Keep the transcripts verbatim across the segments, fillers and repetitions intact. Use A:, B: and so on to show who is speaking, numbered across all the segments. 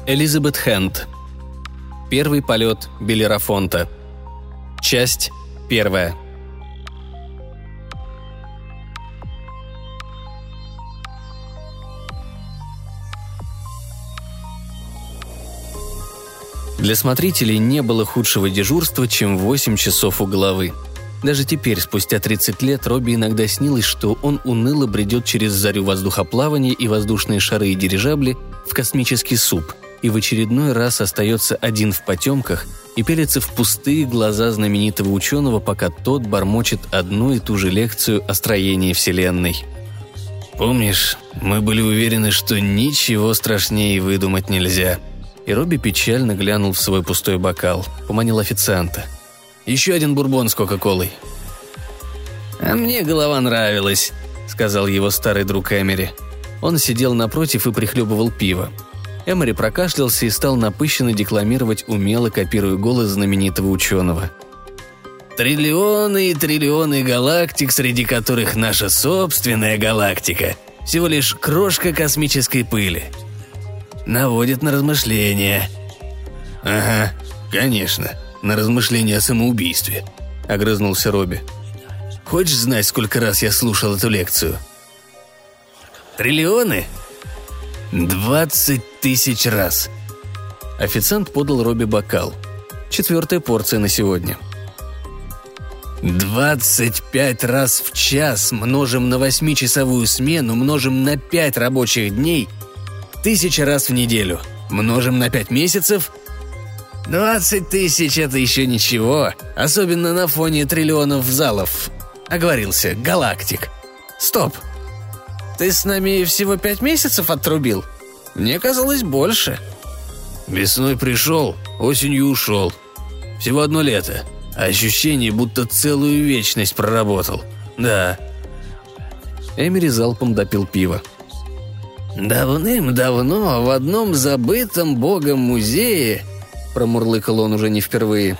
A: Элизабет Хэнд. Первый полет Белерафонта. Часть первая. Для смотрителей не было худшего дежурства, чем восемь часов у головы. Даже теперь, спустя тридцать лет, Робби иногда снилось, что он уныло бредет через зарю воздухоплавания и воздушные шары и дирижабли в космический суп, и в очередной раз остается один в потемках и пелится в пустые глаза знаменитого ученого, пока тот бормочет одну и ту же лекцию о строении Вселенной. «Помнишь, мы были уверены, что ничего страшнее выдумать нельзя». И Робби печально глянул в свой пустой бокал, поманил официанта. «Еще один бурбон с Кока-Колой». «А мне голова нравилась», — сказал его старый друг Эмери. Он сидел напротив и прихлебывал пиво. Эмери прокашлялся и стал напыщенно декламировать, умело копируя голос знаменитого ученого. «Триллионы и триллионы галактик, среди которых наша собственная галактика, всего лишь крошка космической пыли. Наводит на размышления». «Ага, конечно, на размышления о самоубийстве», — огрызнулся Робби. «Хочешь знать, сколько раз я слушал эту лекцию?» «Триллионы?» «Двадцать тысяч раз». Официант подал Робби бокал. Четвертая порция на сегодня. «Двадцать пять раз в час множим на восьмичасовую смену, множим на пять рабочих дней, тысяча раз в неделю, множим на пять месяцев. Двадцать тысяч – это еще ничего, особенно на фоне триллионов залов. Оговорился, галактик. Стоп. Ты с нами всего пять месяцев отрубил? Мне казалось больше». «Весной пришел, осенью ушел. Всего одно лето. А ощущение, будто целую вечность проработал. Да». Эмери залпом допил пиво. «Давным-давно в одном забытом богом музее», – промурлыкал он уже не впервые.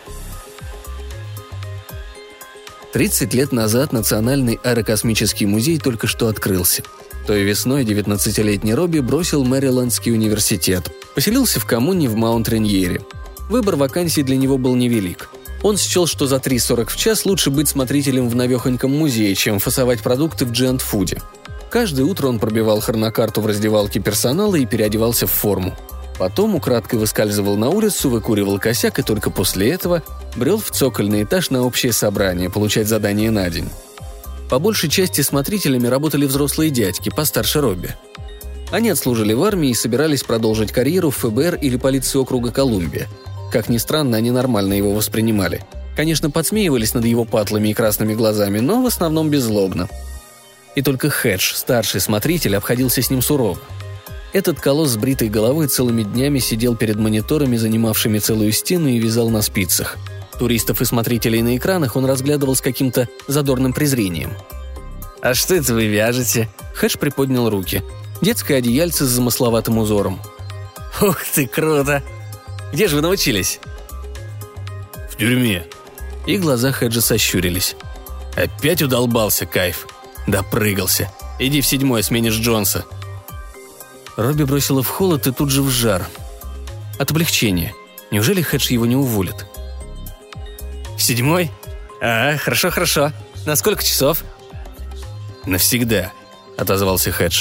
A: Тридцать лет назад Национальный аэрокосмический музей только что открылся. Той весной девятнадцатилетний Робби бросил Мэрилендский университет, поселился в коммуне в Маунт-Реньере. Выбор вакансий для него был невелик. Он счел, что за три сорок в час лучше быть смотрителем в навехоньком музее, чем фасовать продукты в джиант-фуде. Каждое утро он пробивал хронокарту в раздевалке персонала и переодевался в форму. Потом украдкой выскальзывал на улицу, выкуривал косяк и только после этого брел в цокольный этаж на общее собрание, получать задание на день. По большей части смотрителями работали взрослые дядьки, постарше Робби. Они отслужили в армии и собирались продолжить карьеру в эф бэ эр или полиции округа Колумбия. Как ни странно, они нормально его воспринимали. Конечно, подсмеивались над его патлами и красными глазами, но в основном беззлобно. И только Хедж, старший смотритель, обходился с ним сурово. Этот колосс с бритой головой целыми днями сидел перед мониторами, занимавшими целую стену, и вязал на спицах. Туристов и смотрителей на экранах он разглядывал с каким-то задорным презрением. «А что это вы вяжете?» Хедж приподнял руки. Детское одеяльце с замысловатым узором. «Ух ты, круто! Где же вы научились?» «В тюрьме». И глаза Хеджа сощурились. «Опять удолбался, кайф. Допрыгался. Иди в седьмой, сменишь Джонса». Робби бросила в холод и тут же в жар. От облегчения. Неужели Хедж его не уволит? «В седьмой? А, хорошо-хорошо. На сколько часов?» «Навсегда», — отозвался Хедж.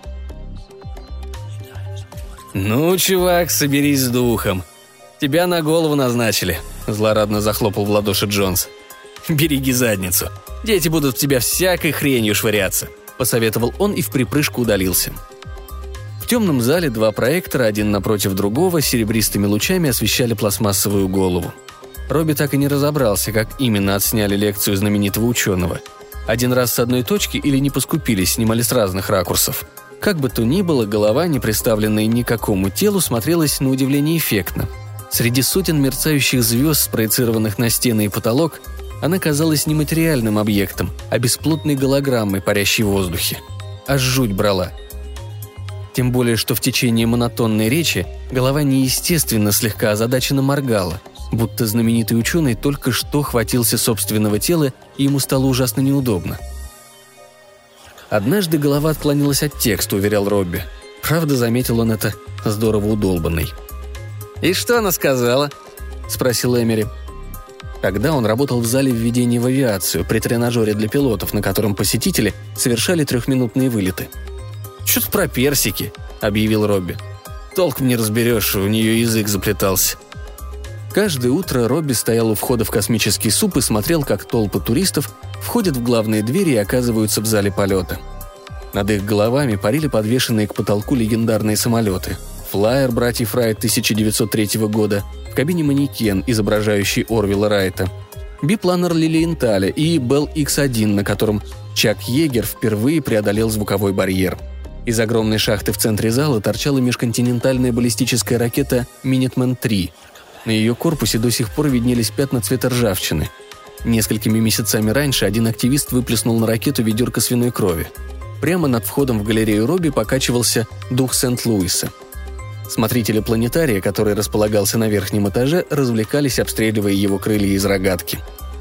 A: «Ну, чувак, соберись с духом. Тебя на голову назначили», — злорадно захлопал в ладоши Джонс. «Береги задницу. Дети будут в тебя всякой хренью швыряться», — посоветовал он и в припрыжку удалился. В темном зале два проектора, один напротив другого, серебристыми лучами освещали пластмассовую голову. Робби так и не разобрался, как именно отсняли лекцию знаменитого ученого. Один раз с одной точки или не поскупились, снимали с разных ракурсов. Как бы то ни было, голова, не приставленная ни к какому телу, смотрелась на удивление эффектно. Среди сотен мерцающих звезд, спроецированных на стены и потолок, она казалась не материальным объектом, а бесплотной голограммой, парящей в воздухе. Аж жуть брала. Тем более, что в течение монотонной речи голова неестественно слегка озадаченно моргала, будто знаменитый ученый только что хватился собственного тела, и ему стало ужасно неудобно. Однажды голова отклонилась от текста, уверял Робби. Правда, заметил он это здорово удолбанной. «И что она сказала?» – спросил Эмери. Тогда он работал в зале введения в авиацию при тренажере для пилотов, на котором посетители совершали трехминутные вылеты. «Чё-то про персики», – объявил Робби. «Толком не разберешь, у нее язык заплетался». Каждое утро Робби стоял у входа в космический суп и смотрел, как толпы туристов входят в главные двери и оказываются в зале полета. Над их головами парили подвешенные к потолку легендарные самолеты. Флайер братьев Райт тысяча девятьсот третьего года, в кабине манекен, изображающий Орвилла Райта, бипланер Лилиенталя и Белл икс один, на котором Чак Йегер впервые преодолел звуковой барьер. Из огромной шахты в центре зала торчала межконтинентальная баллистическая ракета «Минитмен три». На ее корпусе до сих пор виднелись пятна цвета ржавчины. Несколькими месяцами раньше один активист выплеснул на ракету ведерко свиной крови. Прямо над входом в галерею Робби покачивался дух Сент-Луиса. Смотрители планетария, который располагался на верхнем этаже, развлекались, обстреливая его крылья из рогатки.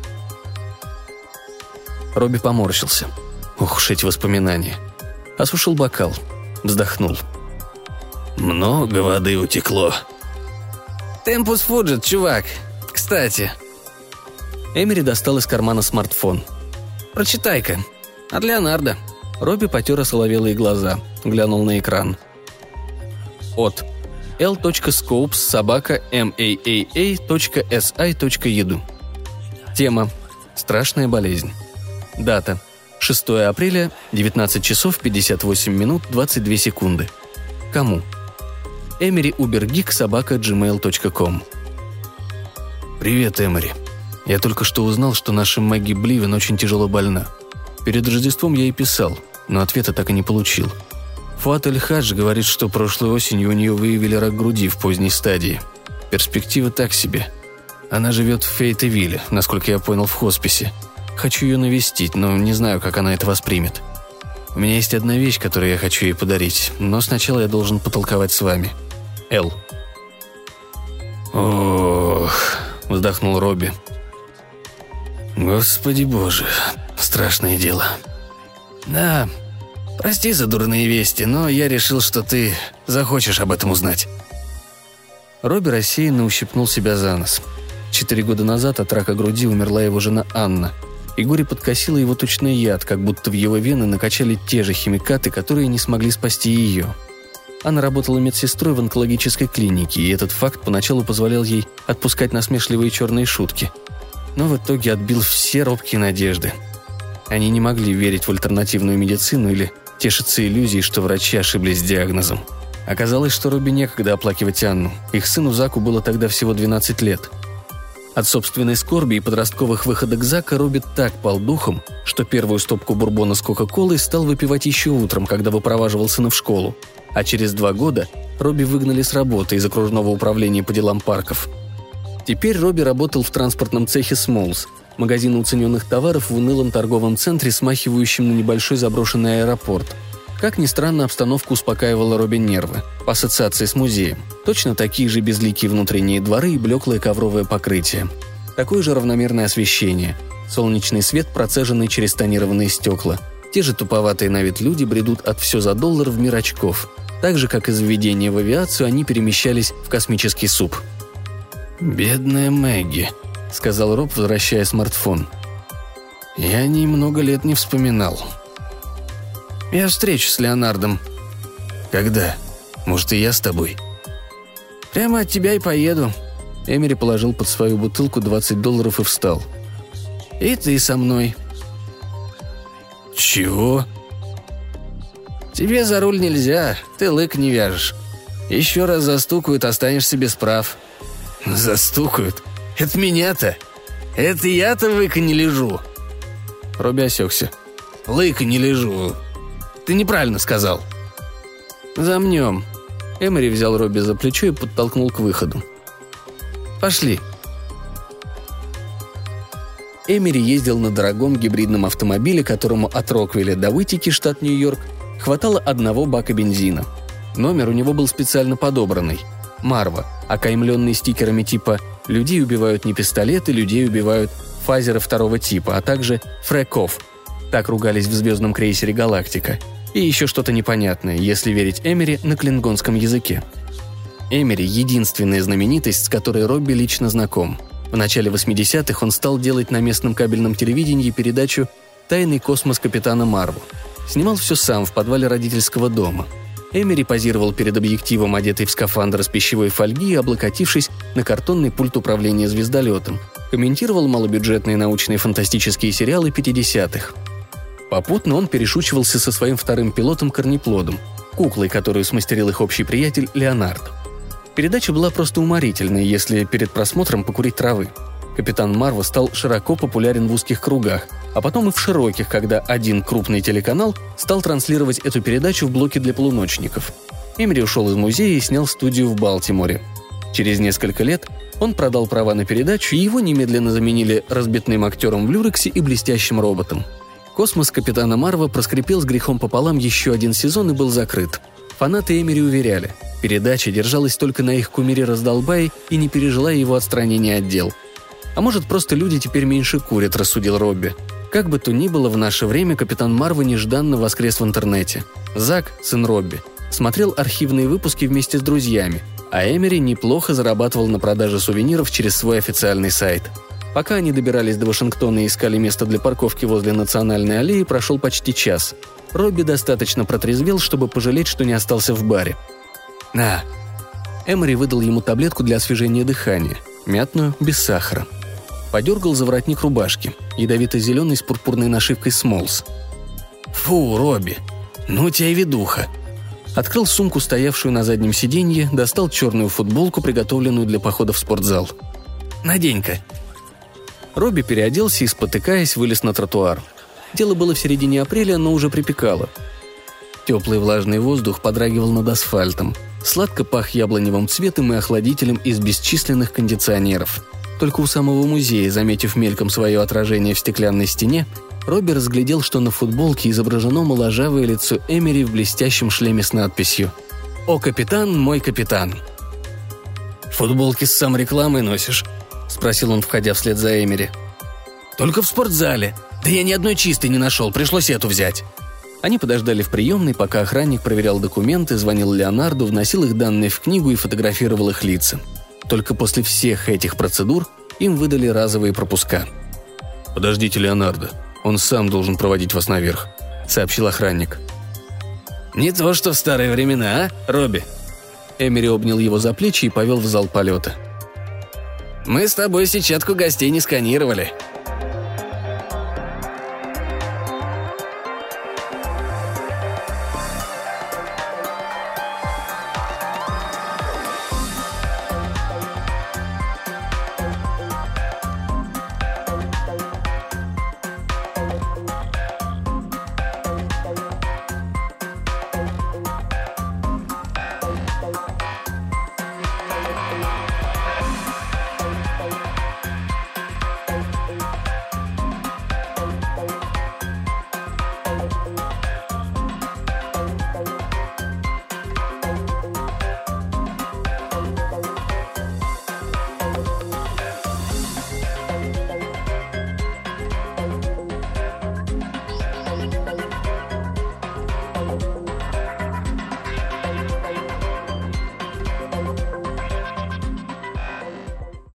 A: Робби поморщился. Ух уж эти воспоминания. Осушил бокал. Вздохнул. «Много воды утекло». «Темпус фуджет, чувак. Кстати». Эмери достал из кармана смартфон. «Прочитай-ка. От Леонардо». Робби потер осоловелые глаза. Глянул на экран. От l.scopes собака maaa.si.edu. Тема «Страшная болезнь». Дата шестое апреля, девятнадцать часов пятьдесят восемь минут двадцать две секунды. Кому? Эмери Убергик собака джимейл точка ком. «Привет, Эмери. Я только что узнал, что наша Мэгги Бливен очень тяжело больна. Перед Рождеством я ей писал, но ответа так и не получил. Фуат Эль-Хадж говорит, что прошлой осенью у нее выявили рак груди в поздней стадии. Перспектива так себе. Она живет в Фейтевилле, насколько я понял, в хосписе. Хочу ее навестить, но не знаю, как она это воспримет. У меня есть одна вещь, которую я хочу ей подарить, но сначала я должен потолковать с вами. Эл». «Ох», — вздохнул Робби. «Господи боже, страшное дело. Да, прости за дурные вести, но я решил, что ты захочешь об этом узнать». Робби рассеянно ущипнул себя за нос. Четыре года назад от рака груди умерла его жена Анна, и горе подкосило его тучный яд, как будто в его вены накачали те же химикаты, которые не смогли спасти ее. Она работала медсестрой в онкологической клинике, и этот факт поначалу позволял ей отпускать насмешливые черные шутки. Но в итоге отбил все робкие надежды. Они не могли верить в альтернативную медицину или тешиться иллюзией, что врачи ошиблись с диагнозом. Оказалось, что Робби некогда оплакивать Анну. Их сыну Заку было тогда всего двенадцать лет. От собственной скорби и подростковых выходок Зака Робби так пал духом, что первую стопку бурбона с Кока-Колой стал выпивать еще утром, когда выпроваживал сына в школу. А через два года Робби выгнали с работы из окружного управления по делам парков. Теперь Робби работал в транспортном цехе «Смолс», магазин уцененных товаров в унылом торговом центре, смахивающем на небольшой заброшенный аэропорт. Как ни странно, обстановка успокаивала Робби нервы, по ассоциации с музеем. Точно такие же безликие внутренние дворы и блеклое ковровое покрытие. Такое же равномерное освещение. Солнечный свет, процеженный через тонированные стекла. Те же туповатые на вид люди бредут от «все за доллар» в мир очков. Так же, как из введения в авиацию, они перемещались в космический суп. «Бедная Мэгги», — сказал Роб, возвращая смартфон. «Я о ней много лет не вспоминал. Я встречусь с Леонардом». «Когда? Может, и я с тобой?» «Прямо от тебя и поеду». Эмери положил под свою бутылку двадцать долларов и встал. «И ты со мной». «Чего?» «Тебе за руль нельзя, ты лык не вяжешь. Еще раз застукают, останешься без прав». «Застукают? Это меня-то? Это я-то лыка не лежу». Робби осекся. «Лыка не лежу. Ты неправильно сказал». «Замнем». Эмери взял Робби за плечо и подтолкнул к выходу. «Пошли». Эмери ездил на дорогом гибридном автомобиле, которому от Роквилля до Уитики, штат Нью-Йорк, хватало одного бака бензина. Номер у него был специально подобранный – «Марва», окаймленный стикерами типа «Людей убивают не пистолеты, людей убивают фазеры второго типа», а также «Фрэков». Так ругались в звездном крейсере «Галактика». И еще что-то непонятное, если верить Эмери, на клингонском языке. Эмери – единственная знаменитость, с которой Робби лично знаком. В начале восьмидесятых он стал делать на местном кабельном телевидении передачу «Тайный космос капитана Марву». Снимал все сам в подвале родительского дома. Эмери позировал перед объективом, одетый в скафандр из пищевой фольги и облокотившись на картонный пульт управления звездолетом. Комментировал малобюджетные научные фантастические сериалы пятидесятых. Попутно он перешучивался со своим вторым пилотом-корнеплодом, куклой, которую смастерил их общий приятель Леонард. Передача была просто уморительной, если перед просмотром покурить травы. Капитан Марвел стал широко популярен в узких кругах, а потом и в широких, когда один крупный телеканал стал транслировать эту передачу в блоке для полуночников. Эмери ушел из музея и снял студию в Балтиморе. Через несколько лет он продал права на передачу, и его немедленно заменили разбитным актером в люрексе и блестящим роботом. Космос капитана Марвела проскрипел с грехом пополам еще один сезон и был закрыт. Фанаты Эмери уверяли, передача держалась только на их кумире раздолбае и не пережила его отстранения от дел. А может, просто люди теперь меньше курят, рассудил Робби. Как бы то ни было, в наше время капитан Марвел нежданно воскрес в интернете. Зак, сын Робби, смотрел архивные выпуски вместе с друзьями, а Эмери неплохо зарабатывал на продаже сувениров через свой официальный сайт. Пока они добирались до Вашингтона и искали место для парковки возле Национальной аллеи, прошел почти час. Робби достаточно протрезвел, чтобы пожалеть, что не остался в баре. «На!» Эмери выдал ему таблетку для освежения дыхания, мятную, без сахара. Подергал за воротник рубашки, ядовито-зеленый с пурпурной нашивкой «Смолс». «Фу, Робби! Ну тебя и ведуха!» Открыл сумку, стоявшую на заднем сиденье, достал черную футболку, приготовленную для похода в спортзал. «Надень-ка!» Робби переоделся и, спотыкаясь, вылез на тротуар. Дело было в середине апреля, но уже припекало. Теплый влажный воздух подрагивал над асфальтом. Сладко пах яблоневым цветом и охладителем из бесчисленных кондиционеров. Только у самого музея, заметив мельком свое отражение в стеклянной стене, Робби разглядел, что на футболке изображено моложавое лицо Эмери в блестящем шлеме с надписью «О, капитан, мой капитан». «Футболки с саморекламой носишь?» – спросил он, входя вслед за Эмери. «Только в спортзале. Да я ни одной чистой не нашел, пришлось эту взять». Они подождали в приемной, пока охранник проверял документы, звонил Леонарду, вносил их данные в книгу и фотографировал их лица. Только после всех этих процедур им выдали разовые пропуска. «Подождите Леонардо, он сам должен проводить вас наверх», — сообщил охранник. «Не то, что в старые времена, а, Робби?» Эмери обнял его за плечи и повел в зал полета. «Мы с тобой сетчатку гостей не сканировали»,